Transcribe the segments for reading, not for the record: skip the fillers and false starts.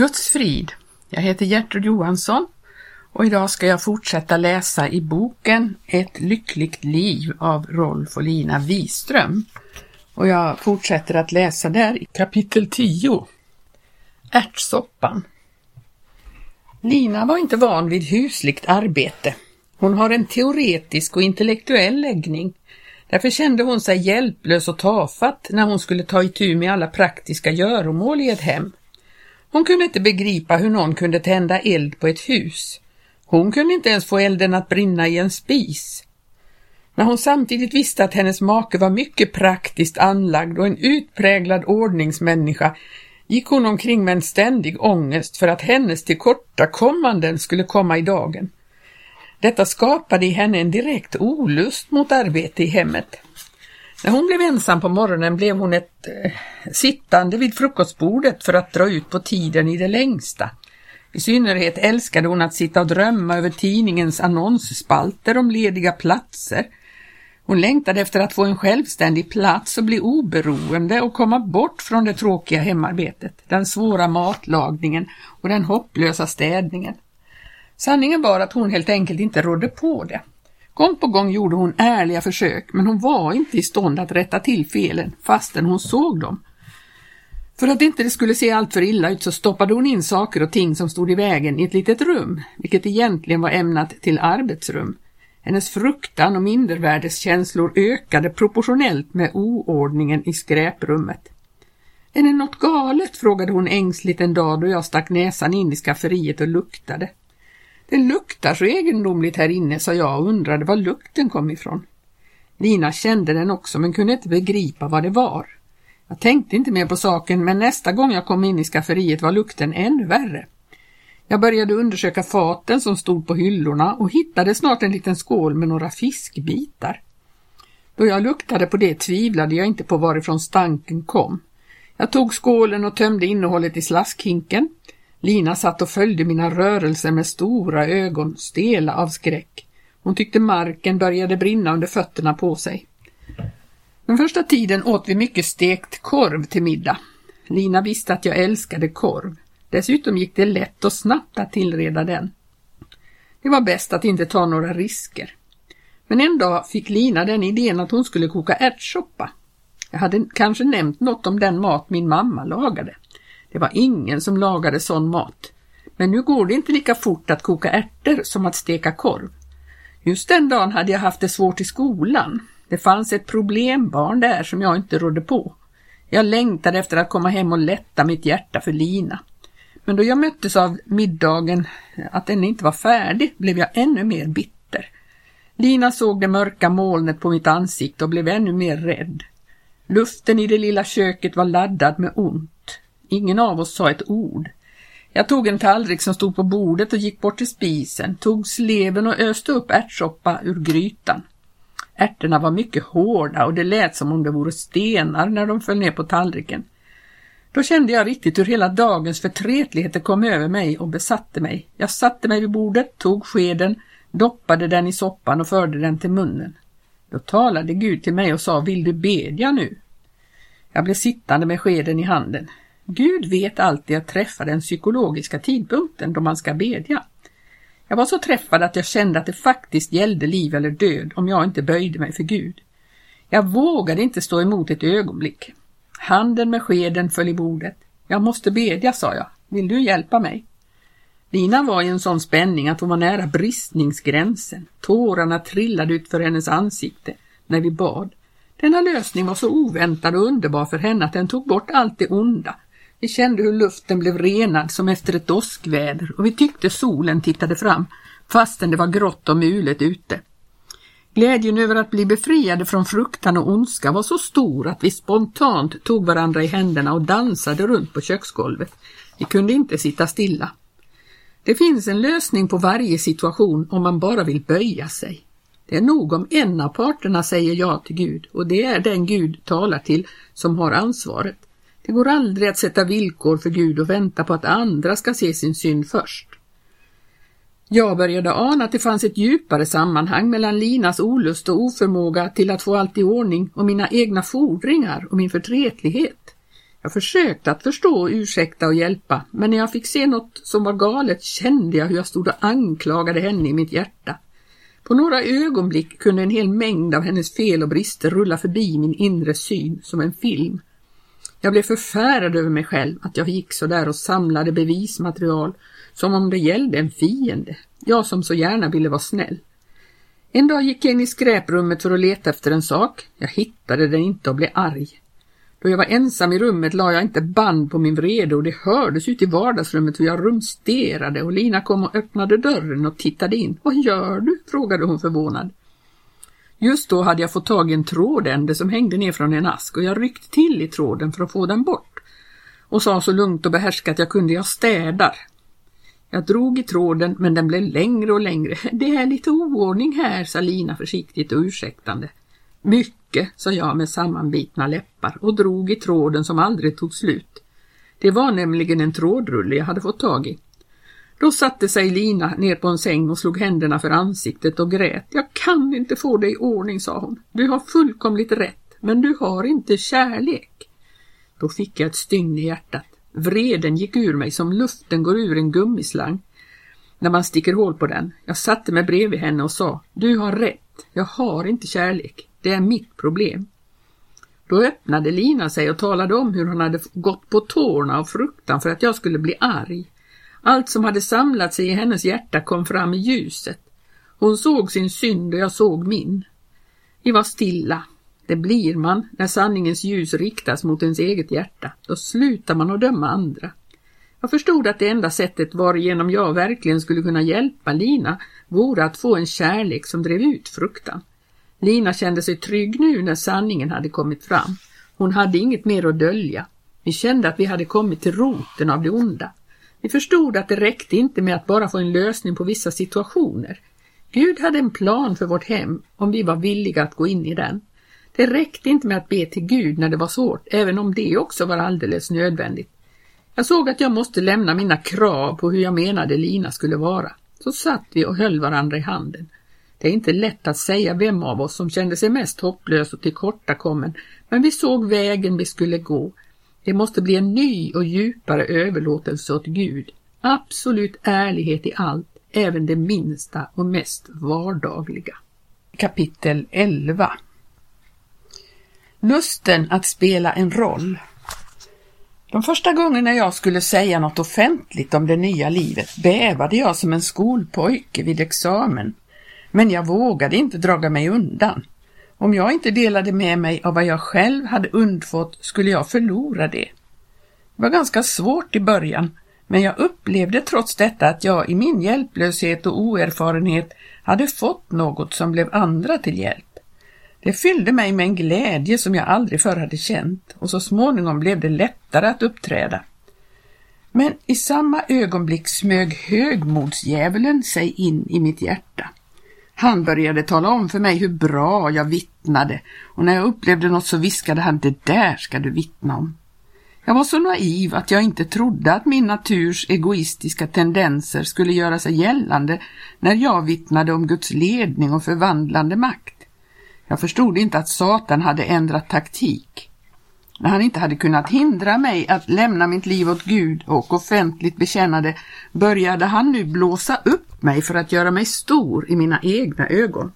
Guds frid. Jag heter Gertrud Johansson och idag ska jag fortsätta läsa i boken Ett lyckligt liv av Rolf och Lina Wiström. Och jag fortsätter att läsa där i kapitel 10. Ärtsoppan. Lina var inte van vid husligt arbete. Hon har en teoretisk och intellektuell läggning. Därför kände hon sig hjälplös och tafatt när hon skulle ta itu med alla praktiska göromål i ett hem. Hon kunde inte begripa hur någon kunde tända eld på ett hus. Hon kunde inte ens få elden att brinna i en spis. När hon samtidigt visste att hennes make var mycket praktiskt anlagd och en utpräglad ordningsmänniska gick hon omkring med en ständig ångest för att hennes tillkortakommanden skulle komma i dagen. Detta skapade i henne en direkt olust mot arbete i hemmet. När hon blev ensam på morgonen blev hon sittande vid frukostbordet för att dra ut på tiden i det längsta. I synnerhet älskade hon att sitta och drömma över tidningens annonsspalter om lediga platser. Hon längtade efter att få en självständig plats och bli oberoende och komma bort från det tråkiga hemarbetet, den svåra matlagningen och den hopplösa städningen. Sanningen var att hon helt enkelt inte rådde på det. Gång på gång gjorde hon ärliga försök, men hon var inte i stånd att rätta till felen fastän hon såg dem. För att inte det skulle se allt för illa ut så stoppade hon in saker och ting som stod i vägen i ett litet rum, vilket egentligen var ämnat till arbetsrum. Hennes fruktan och mindervärdeskänslor ökade proportionellt med oordningen i skräprummet. Är det något galet? Frågade hon ängsligt en dag då jag stack näsan in i skafferiet och luktade. Det luktar så egendomligt här inne, sa jag och undrade var lukten kom ifrån. Lina kände den också men kunde inte begripa vad det var. Jag tänkte inte mer på saken, men nästa gång jag kom in i skafferiet var lukten ännu värre. Jag började undersöka faten som stod på hyllorna och hittade snart en liten skål med några fiskbitar. Då jag luktade på det tvivlade jag inte på varifrån stanken kom. Jag tog skålen och tömde innehållet i slaskhinken. Lina satt och följde mina rörelser med stora ögon, stela av skräck. Hon tyckte marken började brinna under fötterna på sig. Den första tiden åt vi mycket stekt korv till middag. Lina visste att jag älskade korv. Dessutom gick det lätt och snabbt att tillreda den. Det var bäst att inte ta några risker. Men en dag fick Lina den idén att hon skulle koka ärtsoppa. Jag hade kanske nämnt något om den mat min mamma lagade. Det var ingen som lagade sån mat. Men nu går det inte lika fort att koka ärtor som att steka korv. Just den dagen hade jag haft det svårt i skolan. Det fanns ett problembarn där som jag inte rådde på. Jag längtade efter att komma hem och lätta mitt hjärta för Lina. Men då jag möttes av middagen att den inte var färdig blev jag ännu mer bitter. Lina såg det mörka molnet på mitt ansikte och blev ännu mer rädd. Luften i det lilla köket var laddad med ont. Ingen av oss sa ett ord. Jag tog en tallrik som stod på bordet och gick bort till spisen, tog sleven och öste upp ärtsoppa ur grytan. Ärtorna var mycket hårda och det lät som om det vore stenar när de föll ner på tallriken. Då kände jag riktigt hur hela dagens förtretligheter kom över mig och besatte mig. Jag satte mig vid bordet, tog skeden, doppade den i soppan och förde den till munnen. Då talade Gud till mig och sa, vill du bedja nu? Jag blev sittande med skeden i handen. Gud vet alltid att träffa den psykologiska tidpunkten då man ska bedja. Jag var så träffad att jag kände att det faktiskt gällde liv eller död om jag inte böjde mig för Gud. Jag vågade inte stå emot ett ögonblick. Handen med skeden föll i bordet. Jag måste bedja, sa jag. Vill du hjälpa mig? Lina var i en sån spänning att hon var nära bristningsgränsen. Tårarna trillade ut för hennes ansikte när vi bad. Denna lösning var så oväntad och underbar för henne att den tog bort allt det onda. Vi kände hur luften blev renad som efter ett åskväder och vi tyckte solen tittade fram fastän det var grått och mulet ute. Glädjen över att bli befriade från fruktan och ondska var så stor att vi spontant tog varandra i händerna och dansade runt på köksgolvet. Vi kunde inte sitta stilla. Det finns en lösning på varje situation om man bara vill böja sig. Det är nog om en av parterna säger ja till Gud och det är den Gud talar till som har ansvaret. Det går aldrig att sätta villkor för Gud och vänta på att andra ska se sin synd först. Jag började ana att det fanns ett djupare sammanhang mellan Linas olust och oförmåga till att få allt i ordning och mina egna fordringar och min förtretlighet. Jag försökte att förstå, ursäkta och hjälpa, men när jag fick se något som var galet kände jag hur jag stod och anklagade henne i mitt hjärta. På några ögonblick kunde en hel mängd av hennes fel och brister rulla förbi min inre syn som en film. Jag blev förfärad över mig själv att jag gick så där och samlade bevismaterial som om det gällde en fiende. Jag som så gärna ville vara snäll. En dag gick jag in i skräprummet för att leta efter en sak. Jag hittade den inte och blev arg. Då jag var ensam i rummet la jag inte band på min vrede och det hördes ut i vardagsrummet hur jag rumsterade och Lina kom och öppnade dörren och tittade in. Vad gör du? Frågade hon förvånad. Just då hade jag fått tag i en trådände som hängde ner från en ask och jag ryckte till i tråden för att få den bort. Och sa så lugnt och behärskat jag kunde, jag städar. Jag drog i tråden men den blev längre och längre. Det är lite oordning här, sa Lina försiktigt och ursäktande. Mycket, sa jag med sammanbitna läppar och drog i tråden som aldrig tog slut. Det var nämligen en trådrulle jag hade fått tag i. Då satte sig Lina ner på en säng och slog händerna för ansiktet och grät. Jag kan inte få dig i ordning, sa hon. Du har fullkomligt rätt, men du har inte kärlek. Då fick jag ett stygn i hjärtat. Vreden gick ur mig som luften går ur en gummislang när man sticker hål på den. Jag satte mig bredvid henne och sa, du har rätt, jag har inte kärlek. Det är mitt problem. Då öppnade Lina sig och talade om hur hon hade gått på tårna av fruktan för att jag skulle bli arg. Allt som hade samlat sig i hennes hjärta kom fram i ljuset. Hon såg sin synd och jag såg min. Vi var stilla. Det blir man när sanningens ljus riktas mot ens eget hjärta. Då slutar man att döma andra. Jag förstod att det enda sättet varigenom jag verkligen skulle kunna hjälpa Lina vore att få en kärlek som drev ut fruktan. Lina kände sig trygg nu när sanningen hade kommit fram. Hon hade inget mer att dölja. Vi kände att vi hade kommit till roten av det onda. Vi förstod att det räckte inte med att bara få en lösning på vissa situationer. Gud hade en plan för vårt hem om vi var villiga att gå in i den. Det räckte inte med att be till Gud när det var svårt, även om det också var alldeles nödvändigt. Jag såg att jag måste lämna mina krav på hur jag menade Lina skulle vara. Så satt vi och höll varandra i handen. Det är inte lätt att säga vem av oss som kände sig mest hopplös och tillkortakommen, men vi såg vägen vi skulle gå. Det måste bli en ny och djupare överlåtelse åt Gud. Absolut ärlighet i allt, även det minsta och mest vardagliga. Kapitel 11. Lusten att spela en roll. De första gångerna jag skulle säga något offentligt om det nya livet bävade jag som en skolpojke vid examen. Men jag vågade inte draga mig undan. Om jag inte delade med mig av vad jag själv hade undfått skulle jag förlora det. Det var ganska svårt i början, men jag upplevde trots detta att jag i min hjälplöshet och oerfarenhet hade fått något som blev andra till hjälp. Det fyllde mig med en glädje som jag aldrig förr hade känt och så småningom blev det lättare att uppträda. Men i samma ögonblick smög högmodsdjävulen sig in i mitt hjärta. Han började tala om för mig hur bra jag vittnade och när jag upplevde något så viskade han, det där ska du vittna om. Jag var så naiv att jag inte trodde att min naturs egoistiska tendenser skulle göra sig gällande när jag vittnade om Guds ledning och förvandlande makt. Jag förstod inte att Satan hade ändrat taktik. När han inte hade kunnat hindra mig att lämna mitt liv åt Gud och offentligt bekänna det, började han nu blåsa upp mig för att göra mig stor i mina egna ögon.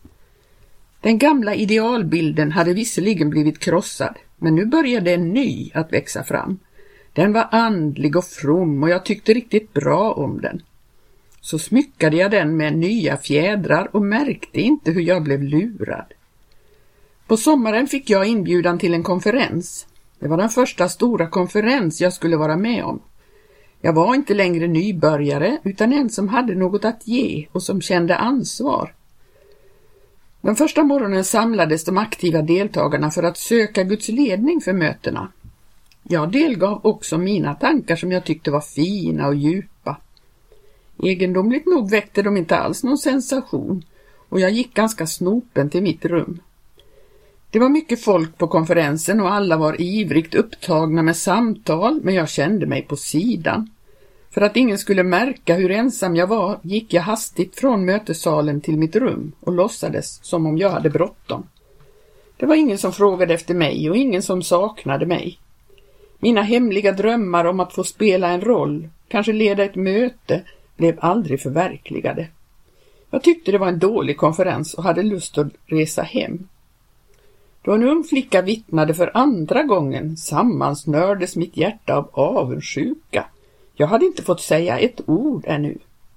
Den gamla idealbilden hade visserligen blivit krossad, men nu började en ny att växa fram. Den var andlig och from och jag tyckte riktigt bra om den. Så smyckade jag den med nya fjädrar och märkte inte hur jag blev lurad. På sommaren fick jag inbjudan till en konferens. Det var den första stora konferens jag skulle vara med om. Jag var inte längre nybörjare utan en som hade något att ge och som kände ansvar. Den första morgonen samlades de aktiva deltagarna för att söka Guds ledning för mötena. Jag delgav också mina tankar som jag tyckte var fina och djupa. Egendomligt nog väckte de inte alls någon sensation och jag gick ganska snopen till mitt rum. Det var mycket folk på konferensen och alla var ivrigt upptagna med samtal, men jag kände mig på sidan. För att ingen skulle märka hur ensam jag var gick jag hastigt från mötessalen till mitt rum och låtsades som om jag hade bråttom. Det var ingen som frågade efter mig och ingen som saknade mig. Mina hemliga drömmar om att få spela en roll, kanske leda ett möte, blev aldrig förverkligade. Jag tyckte det var en dålig konferens och hade lust att resa hem. Då en ung flicka vittnade för andra gången sammansnördes mitt hjärta av avundsjuka. Jag hade inte fått säga ett ord ännu.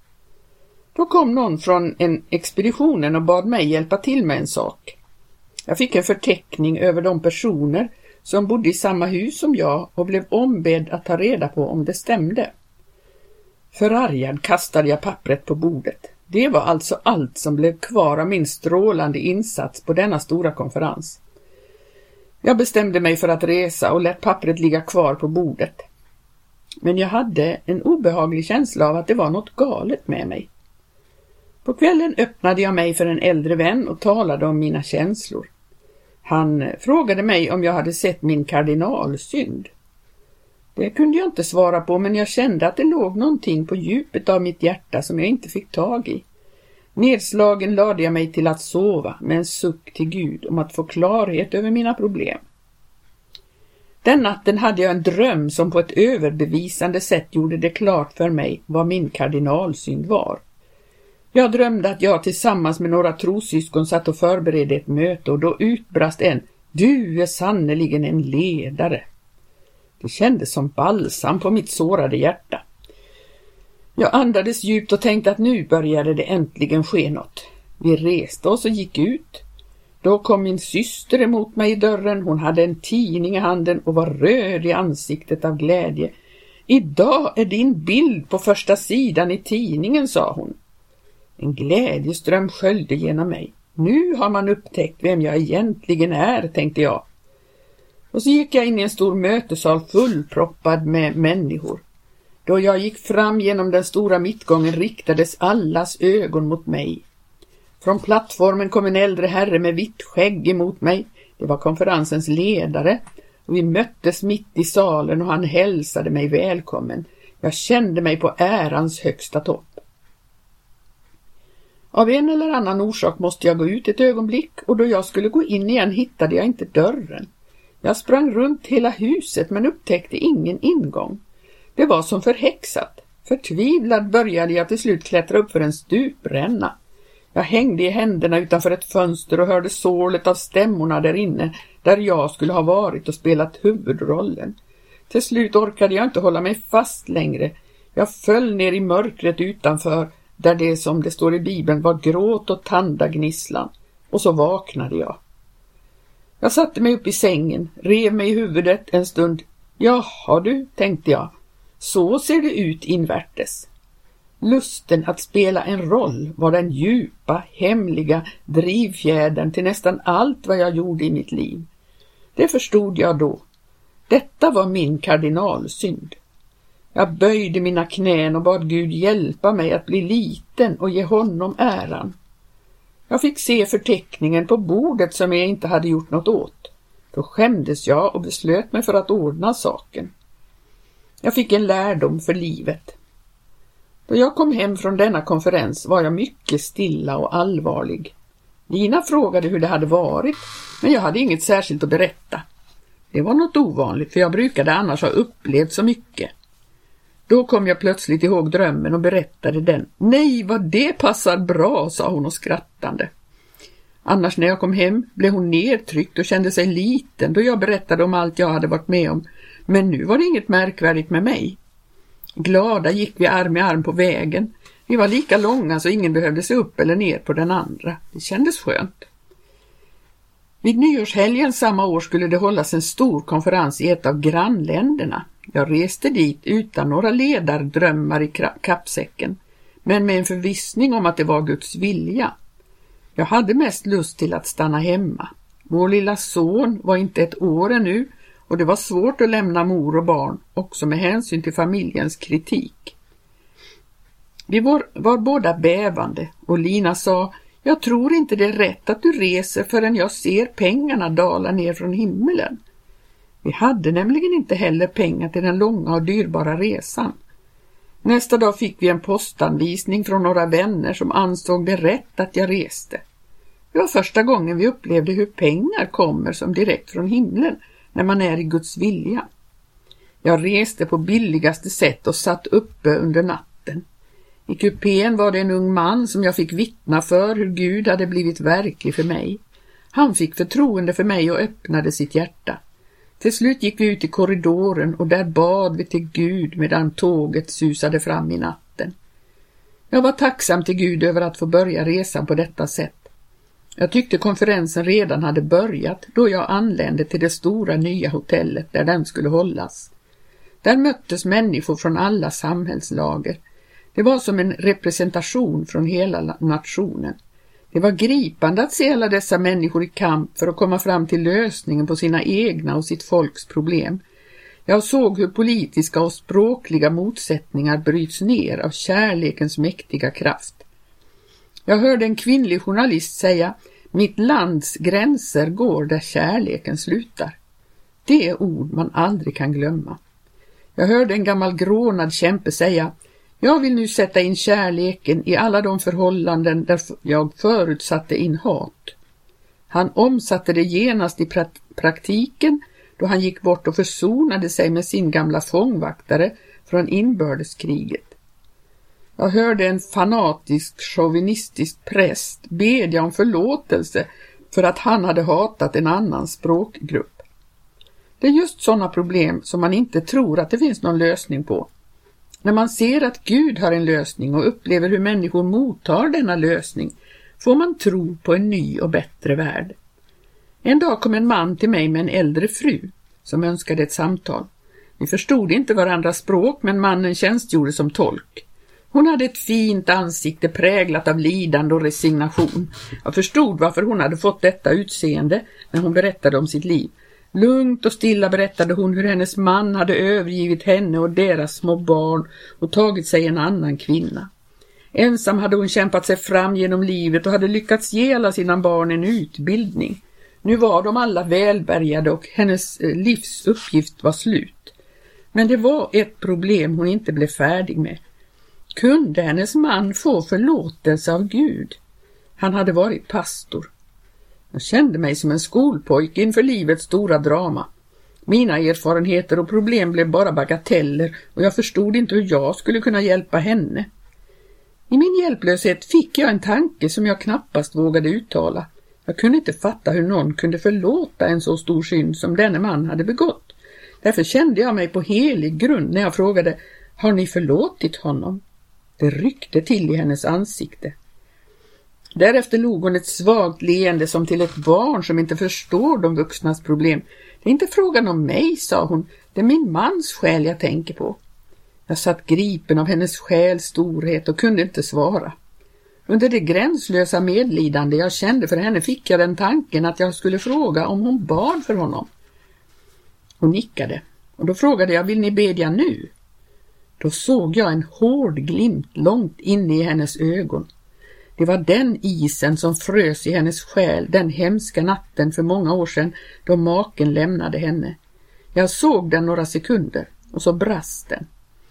Då kom någon från expeditionen och bad mig hjälpa till med en sak. Jag fick en förteckning över de personer som bodde i samma hus som jag och blev ombedd att ta reda på om det stämde. Förargad kastade jag pappret på bordet. Det var alltså allt som blev kvar av min strålande insats på denna stora konferens. Jag bestämde mig för att resa och lät pappret ligga kvar på bordet. Men jag hade en obehaglig känsla av att det var något galet med mig. På kvällen öppnade jag mig för en äldre vän och talade om mina känslor. Han frågade mig om jag hade sett min kardinalsynd. Det kunde jag inte svara på, men jag kände att det låg någonting på djupet av mitt hjärta som jag inte fick tag i. Nedslagen lade jag mig till att sova med en suck till Gud om att få klarhet över mina problem. Den natten hade jag en dröm som på ett överbevisande sätt gjorde det klart för mig vad min kardinalsynd var. Jag drömde att jag tillsammans med några trossyskon satt och förberedde ett möte och då utbrast en: "Du är sannoliken en ledare." Det kändes som balsam på mitt sårade hjärta. Jag andades djupt och tänkte att nu började det äntligen ske något. Vi reste oss och gick ut. Då kom min syster emot mig i dörren. Hon hade en tidning i handen och var röd i ansiktet av glädje. "Idag är din bild på första sidan i tidningen", sa hon. En glädjeström sköljde genom mig. Nu har man upptäckt vem jag egentligen är, tänkte jag. Och så gick jag in i en stor mötesal fullproppad med människor. Då jag gick fram genom den stora mittgången riktades allas ögon mot mig. Från plattformen kom en äldre herre med vitt skägg emot mig. Det var konferensens ledare. Och vi möttes mitt i salen och han hälsade mig välkommen. Jag kände mig på ärans högsta topp. Av en eller annan orsak måste jag gå ut ett ögonblick och då jag skulle gå in igen hittade jag inte dörren. Jag sprang runt hela huset men upptäckte ingen ingång. Det var som förhäxat. Förtvivlad började jag till slut klättra upp för en stupränna. Jag hängde i händerna utanför ett fönster och hörde sorlet av stämmorna där inne där jag skulle ha varit och spelat huvudrollen. Till slut orkade jag inte hålla mig fast längre. Jag föll ner i mörkret utanför där det som det står i Bibeln var gråt och tandagnisslan. Och så vaknade jag. Jag satte mig upp i sängen, rev mig i huvudet en stund. Jaha du, tänkte jag. Så ser det ut invärtes. Lusten att spela en roll var den djupa, hemliga drivfjädern till nästan allt vad jag gjorde i mitt liv. Det förstod jag då. Detta var min kardinalsynd. Jag böjde mina knän och bad Gud hjälpa mig att bli liten och ge honom äran. Jag fick se förteckningen på bordet som jag inte hade gjort något åt. Då skämdes jag och beslöt mig för att ordna saken. Jag fick en lärdom för livet. Då jag kom hem från denna konferens var jag mycket stilla och allvarlig. Lina frågade hur det hade varit, men jag hade inget särskilt att berätta. Det var något ovanligt, för jag brukade annars ha upplevt så mycket. Då kom jag plötsligt ihåg drömmen och berättade den. Nej, vad det passar bra, sa hon och skrattande. Annars när jag kom hem blev hon nedtryckt och kände sig liten då jag berättade om allt jag hade varit med om. Men nu var det inget märkvärdigt med mig. Glada gick vi arm i arm på vägen. Vi var lika långa så ingen behövde se upp eller ner på den andra. Det kändes skönt. Vid nyårshelgen samma år skulle det hållas en stor konferens i ett av grannländerna. Jag reste dit utan några ledardrömmar i kappsäcken, men med en förvissning om att det var Guds vilja. Jag hade mest lust till att stanna hemma. Vår lilla son var inte ett år ännu och det var svårt att lämna mor och barn, också med hänsyn till familjens kritik. Vi var båda bävande och Lina sa: "Jag tror inte det är rätt att du reser förrän jag ser pengarna dala ner från himmelen." Vi hade nämligen inte heller pengar till den långa och dyrbara resan. Nästa dag fick vi en postanvisning från några vänner som ansåg det rätt att jag reste. Det var första gången vi upplevde hur pengar kommer som direkt från himlen när man är i Guds vilja. Jag reste på billigaste sätt och satt uppe under natten. I kupén var det en ung man som jag fick vittna för hur Gud hade blivit verklig för mig. Han fick förtroende för mig och öppnade sitt hjärta. Till slut gick vi ut i korridoren och där bad vi till Gud medan tåget susade fram i natten. Jag var tacksam till Gud över att få börja resan på detta sätt. Jag tyckte konferensen redan hade börjat då jag anlände till det stora nya hotellet där den skulle hållas. Där möttes människor från alla samhällslager. Det var som en representation från hela nationen. Det var gripande att se alla dessa människor i kamp för att komma fram till lösningen på sina egna och sitt folks problem. Jag såg hur politiska och språkliga motsättningar bryts ner av kärlekens mäktiga kraft. Jag hörde en kvinnlig journalist säga: mitt lands gränser går där kärleken slutar. Det är ord man aldrig kan glömma. Jag hörde en gammal grånad kämpe säga: jag vill nu sätta in kärleken i alla de förhållanden där jag förutsatte in hat. Han omsatte det genast i praktiken då han gick bort och försonade sig med sin gamla fångvaktare från inbördeskriget. Jag hörde en fanatisk chauvinistisk präst bedja om förlåtelse för att han hade hatat en annan språkgrupp. Det är just sådana problem som man inte tror att det finns någon lösning på. När man ser att Gud har en lösning och upplever hur människor mottar denna lösning får man tro på en ny och bättre värld. En dag kom en man till mig med en äldre fru som önskade ett samtal. Vi förstod inte varandras språk, men mannen tjänstgjorde som tolk. Hon hade ett fint ansikte präglat av lidande och resignation. Jag förstod varför hon hade fått detta utseende när hon berättade om sitt liv. Lugnt och stilla berättade hon hur hennes man hade övergivit henne och deras små barn och tagit sig en annan kvinna. Ensam hade hon kämpat sig fram genom livet och hade lyckats ge alla sina barn en utbildning. Nu var de alla välbärgade och hennes livs uppgift var slut. Men det var ett problem hon inte blev färdig med. Kunde hennes man få förlåtelse av Gud? Han hade varit pastor. Jag kände mig som en skolpojke inför livets stora drama. Mina erfarenheter och problem blev bara bagateller och jag förstod inte hur jag skulle kunna hjälpa henne. I min hjälplöshet fick jag en tanke som jag knappast vågade uttala. Jag kunde inte fatta hur någon kunde förlåta en så stor synd som denne man hade begått. Därför kände jag mig på helig grund när jag frågade: har ni förlåtit honom? Det ryckte till i hennes ansikte. Därefter log hon ett svagt leende som till ett barn som inte förstår de vuxnas problem. Det är inte frågan om mig, sa hon. Det är min mans själ jag tänker på. Jag satt gripen av hennes själs storhet och kunde inte svara. Under det gränslösa medlidande jag kände för henne fick jag den tanken att jag skulle fråga om hon bad för honom. Hon nickade och då frågade jag: vill ni bedja nu? Då såg jag en hård glimt långt inne i hennes ögon. Det var den isen som frös i hennes själ den hemska natten för många år sedan då maken lämnade henne. Jag såg den några sekunder och så brast den.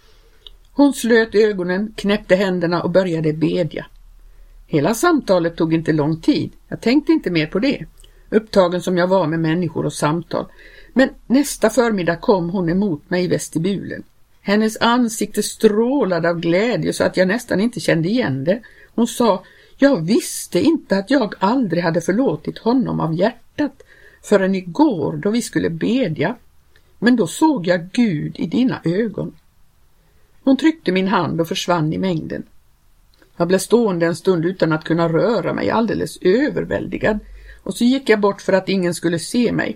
Hon slöt ögonen, knäppte händerna och började bedja. Hela samtalet tog inte lång tid. Jag tänkte inte mer på det, upptagen som jag var med människor och samtal. Men nästa förmiddag kom hon emot mig i vestibulen. Hennes ansikte strålade av glädje så att jag nästan inte kände igen det. Hon sa: jag visste inte att jag aldrig hade förlåtit honom av hjärtat förrän igår då vi skulle bedja. Men då såg jag Gud i dina ögon. Hon tryckte min hand och försvann i mängden. Jag blev stående en stund utan att kunna röra mig, alldeles överväldigad. Och så gick jag bort för att ingen skulle se mig.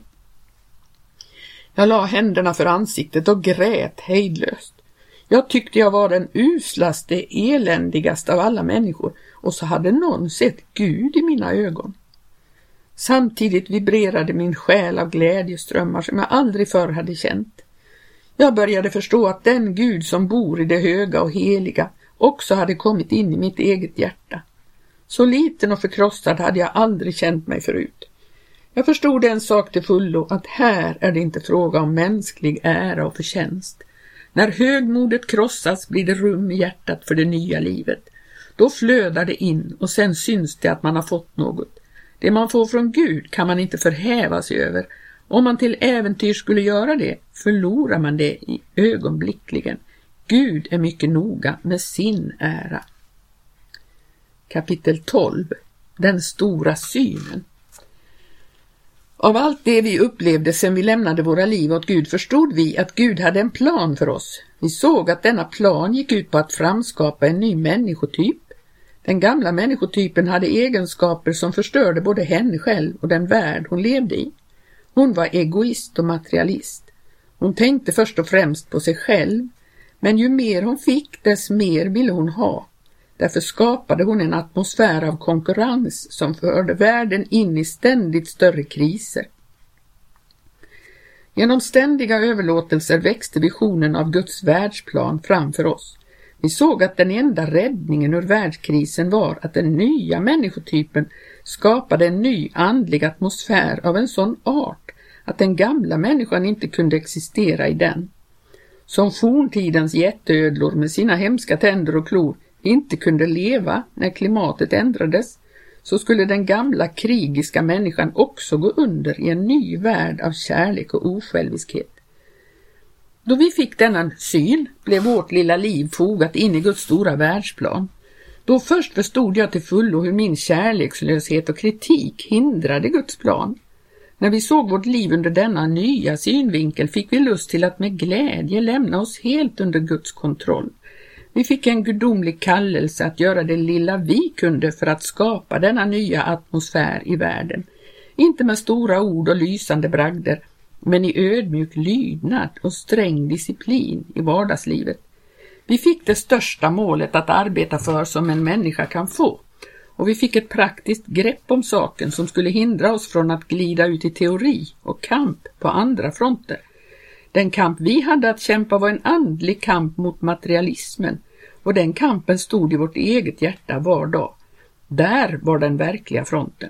Jag la händerna för ansiktet och grät hejdlöst. Jag tyckte jag var den uslaste, eländigaste av alla människor, och så hade någon sett Gud i mina ögon. Samtidigt vibrerade min själ av glädjeströmmar som jag aldrig förr hade känt. Jag började förstå att den Gud som bor i det höga och heliga också hade kommit in i mitt eget hjärta. Så liten och förkrossad hade jag aldrig känt mig förut. Jag förstod en sak till fullo, att här är det inte fråga om mänsklig ära och förtjänst. När högmodet krossas blir det rum i hjärtat för det nya livet. Då flödar det in och sen syns det att man har fått något. Det man får från Gud kan man inte förhäva sig över, Om man till äventyr skulle göra det, förlorar man det i ögonblickligen. Gud är mycket noga med sin ära. Kapitel 12. Den stora synen. Av allt det vi upplevde sedan vi lämnade våra liv åt Gud förstod vi att Gud hade en plan för oss. Vi såg att denna plan gick ut på att framskapa en ny människotyp. Den gamla människotypen hade egenskaper som förstörde både henne själv och den värld hon levde i. Hon var egoist och materialist. Hon tänkte först och främst på sig själv, men ju mer hon fick, dess mer ville hon ha. Därför skapade hon en atmosfär av konkurrens som förde världen in i ständigt större kriser. Genom ständiga överlåtelser växte visionen av Guds världsplan framför oss. Vi såg att den enda räddningen ur världskrisen var att den nya människotypen skapade en ny andlig atmosfär av en sån art att den gamla människan inte kunde existera i den. Som forntidens jätteödlor med sina hemska tänder och klor inte kunde leva när klimatet ändrades, så skulle den gamla krigiska människan också gå under i en ny värld av kärlek och osjälviskhet. Då vi fick denna syn blev vårt lilla liv fogat in i Guds stora världsplan. Då först förstod jag till fullo hur min kärlekslöshet och kritik hindrade Guds plan. När vi såg vårt liv under denna nya synvinkel fick vi lust till att med glädje lämna oss helt under Guds kontroll. Vi fick en gudomlig kallelse att göra det lilla vi kunde för att skapa denna nya atmosfär i världen. Inte med stora ord och lysande bragder, men i ödmjuk lydnad och sträng disciplin i vardagslivet. Vi fick det största målet att arbeta för som en människa kan få. Och vi fick ett praktiskt grepp om saken som skulle hindra oss från att glida ut i teori och kamp på andra fronter. Den kamp vi hade att kämpa var en andlig kamp mot materialismen, och den kampen stod i vårt eget hjärta var dag. Där var den verkliga fronten.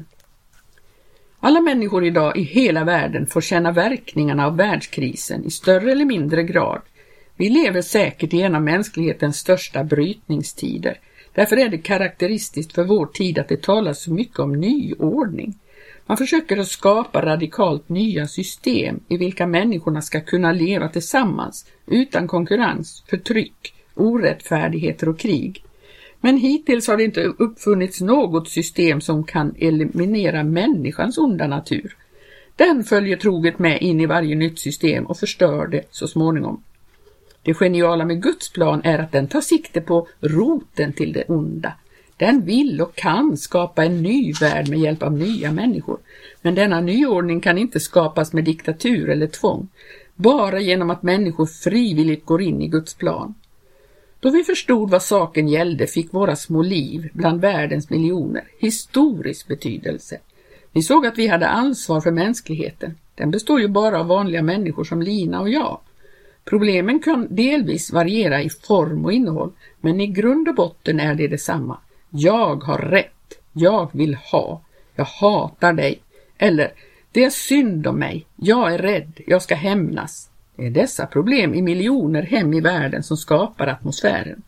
Alla människor idag i hela världen får känna verkningarna av världskrisen i större eller mindre grad. Vi lever säkert i en av mänsklighetens största brytningstider. Därför är det karaktäristiskt för vår tid att det talas så mycket om nyordning. Man försöker att skapa radikalt nya system i vilka människorna ska kunna leva tillsammans utan konkurrens, förtryck, orättfärdigheter och krig. Men hittills har det inte uppfunnits något system som kan eliminera människans onda natur. Den följer troget med in i varje nytt system och förstör det så småningom. Det geniala med Guds plan är att den tar sikte på roten till det onda. Den vill och kan skapa en ny värld med hjälp av nya människor. Men denna nyordning kan inte skapas med diktatur eller tvång, bara genom att människor frivilligt går in i Guds plan. Då vi förstod vad saken gällde fick våra små liv bland världens miljoner historisk betydelse. Vi såg att vi hade ansvar för mänskligheten. Den består ju bara av vanliga människor som Lina och jag. Problemen kan delvis variera i form och innehåll, men i grund och botten är det detsamma. Jag har rätt, jag vill ha, jag hatar dig. Eller, det är synd om mig, jag är rädd, jag ska hämnas. Det är dessa problem i miljoner hem i världen som skapar atmosfären.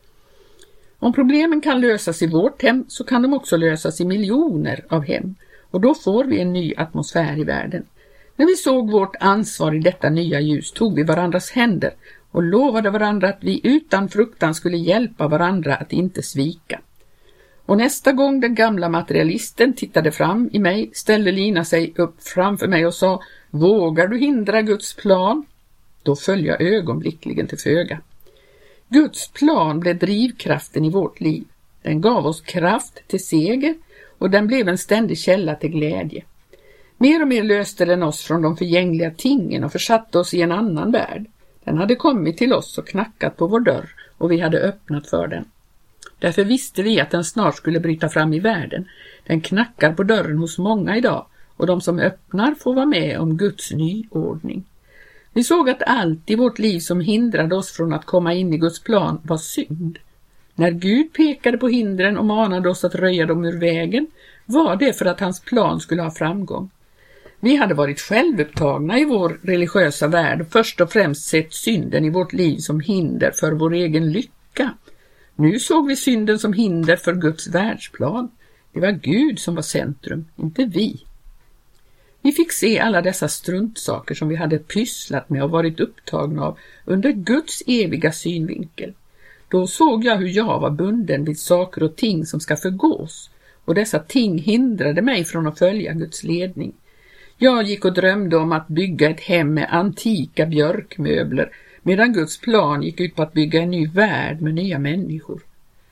Om problemen kan lösas i vårt hem så kan de också lösas i miljoner av hem. Och då får vi en ny atmosfär i världen. När vi såg vårt ansvar i detta nya ljus tog vi varandras händer och lovade varandra att vi utan fruktan skulle hjälpa varandra att inte svika. Och nästa gång den gamla materialisten tittade fram i mig ställde Lina sig upp framför mig och sa: "Vågar du hindra Guds plan?" Då föll jag ögonblickligen till föga. Guds plan blev drivkraften i vårt liv. Den gav oss kraft till seger och den blev en ständig källa till glädje. Mer och mer löste den oss från de förgängliga tingen och försatte oss i en annan värld. Den hade kommit till oss och knackat på vår dörr och vi hade öppnat för den. Därför visste vi att den snart skulle bryta fram i världen. Den knackar på dörren hos många idag och de som öppnar får vara med om Guds nyordning. Vi såg att allt i vårt liv som hindrade oss från att komma in i Guds plan var synd. När Gud pekade på hindren och manade oss att röja dem ur vägen var det för att hans plan skulle ha framgång. Vi hade varit självupptagna i vår religiösa värld och först och främst sett synden i vårt liv som hinder för vår egen lycka. Nu såg vi synden som hinder för Guds världsplan. Det var Gud som var centrum, inte vi. Vi fick se alla dessa struntsaker som vi hade pysslat med och varit upptagna av under Guds eviga synvinkel. Då såg jag hur jag var bunden vid saker och ting som ska förgås, och dessa ting hindrade mig från att följa Guds ledning. Jag gick och drömde om att bygga ett hem med antika björkmöbler, medan Guds plan gick ut på att bygga en ny värld med nya människor.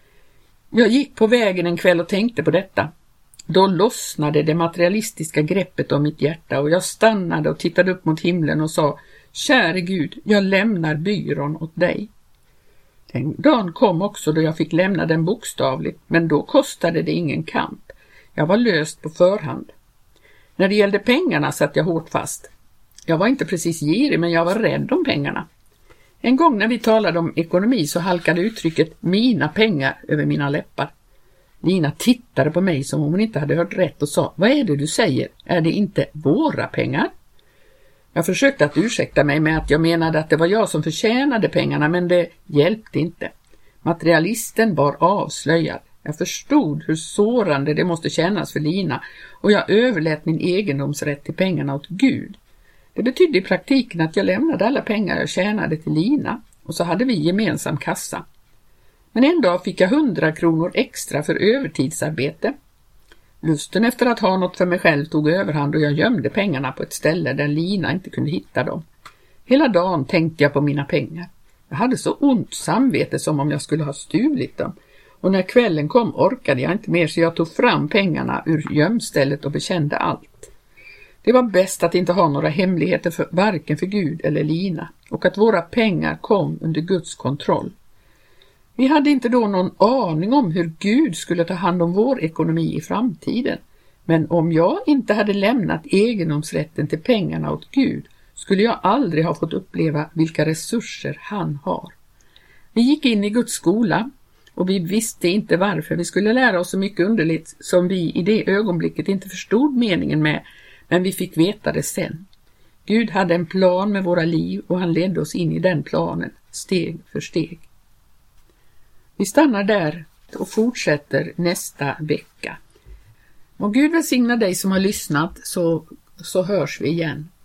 Jag gick på vägen en kväll och tänkte på detta. Då lossnade det materialistiska greppet om mitt hjärta och jag stannade och tittade upp mot himlen och sa: käre Gud, jag lämnar byrån åt dig. Den dagen kom också då jag fick lämna den bokstavligt, men då kostade det ingen kamp. Jag var löst på förhand. När det gällde pengarna satt jag hårt fast. Jag var inte precis girig, men jag var rädd om pengarna. En gång när vi talade om ekonomi så halkade uttrycket mina pengar över mina läppar. Lina tittade på mig som om hon inte hade hört rätt och sa: vad är det du säger? Är det inte våra pengar? Jag försökte att ursäkta mig med att jag menade att det var jag som förtjänade pengarna, men det hjälpte inte. Materialisten var avslöjad. Jag förstod hur sårande det måste kännas för Lina och jag överlät min egendomsrätt till pengarna åt Gud. Det betydde i praktiken att jag lämnade alla pengar jag tjänade till Lina och så hade vi gemensam kassa. Men en dag fick jag 100 kronor extra för övertidsarbete. Lusten efter att ha något för mig själv tog överhand och jag gömde pengarna på ett ställe där Lina inte kunde hitta dem. Hela dagen tänkte jag på mina pengar. Jag hade så ont samvete som om jag skulle ha stulit dem. Och när kvällen kom orkade jag inte mer så jag tog fram pengarna ur gömstället och bekände allt. Det var bäst att inte ha några hemligheter varken för Gud eller Lina och att våra pengar kom under Guds kontroll. Vi hade inte då någon aning om hur Gud skulle ta hand om vår ekonomi i framtiden. Men om jag inte hade lämnat egendomsrätten till pengarna åt Gud skulle jag aldrig ha fått uppleva vilka resurser han har. Vi gick in i Guds skola och vi visste inte varför vi skulle lära oss så mycket underligt som vi i det ögonblicket inte förstod meningen med, men vi fick veta det sen. Gud hade en plan med våra liv och han ledde oss in i den planen, steg för steg. Vi stannar där och fortsätter nästa vecka. Må Gud välsigna dig som har lyssnat så hörs vi igen.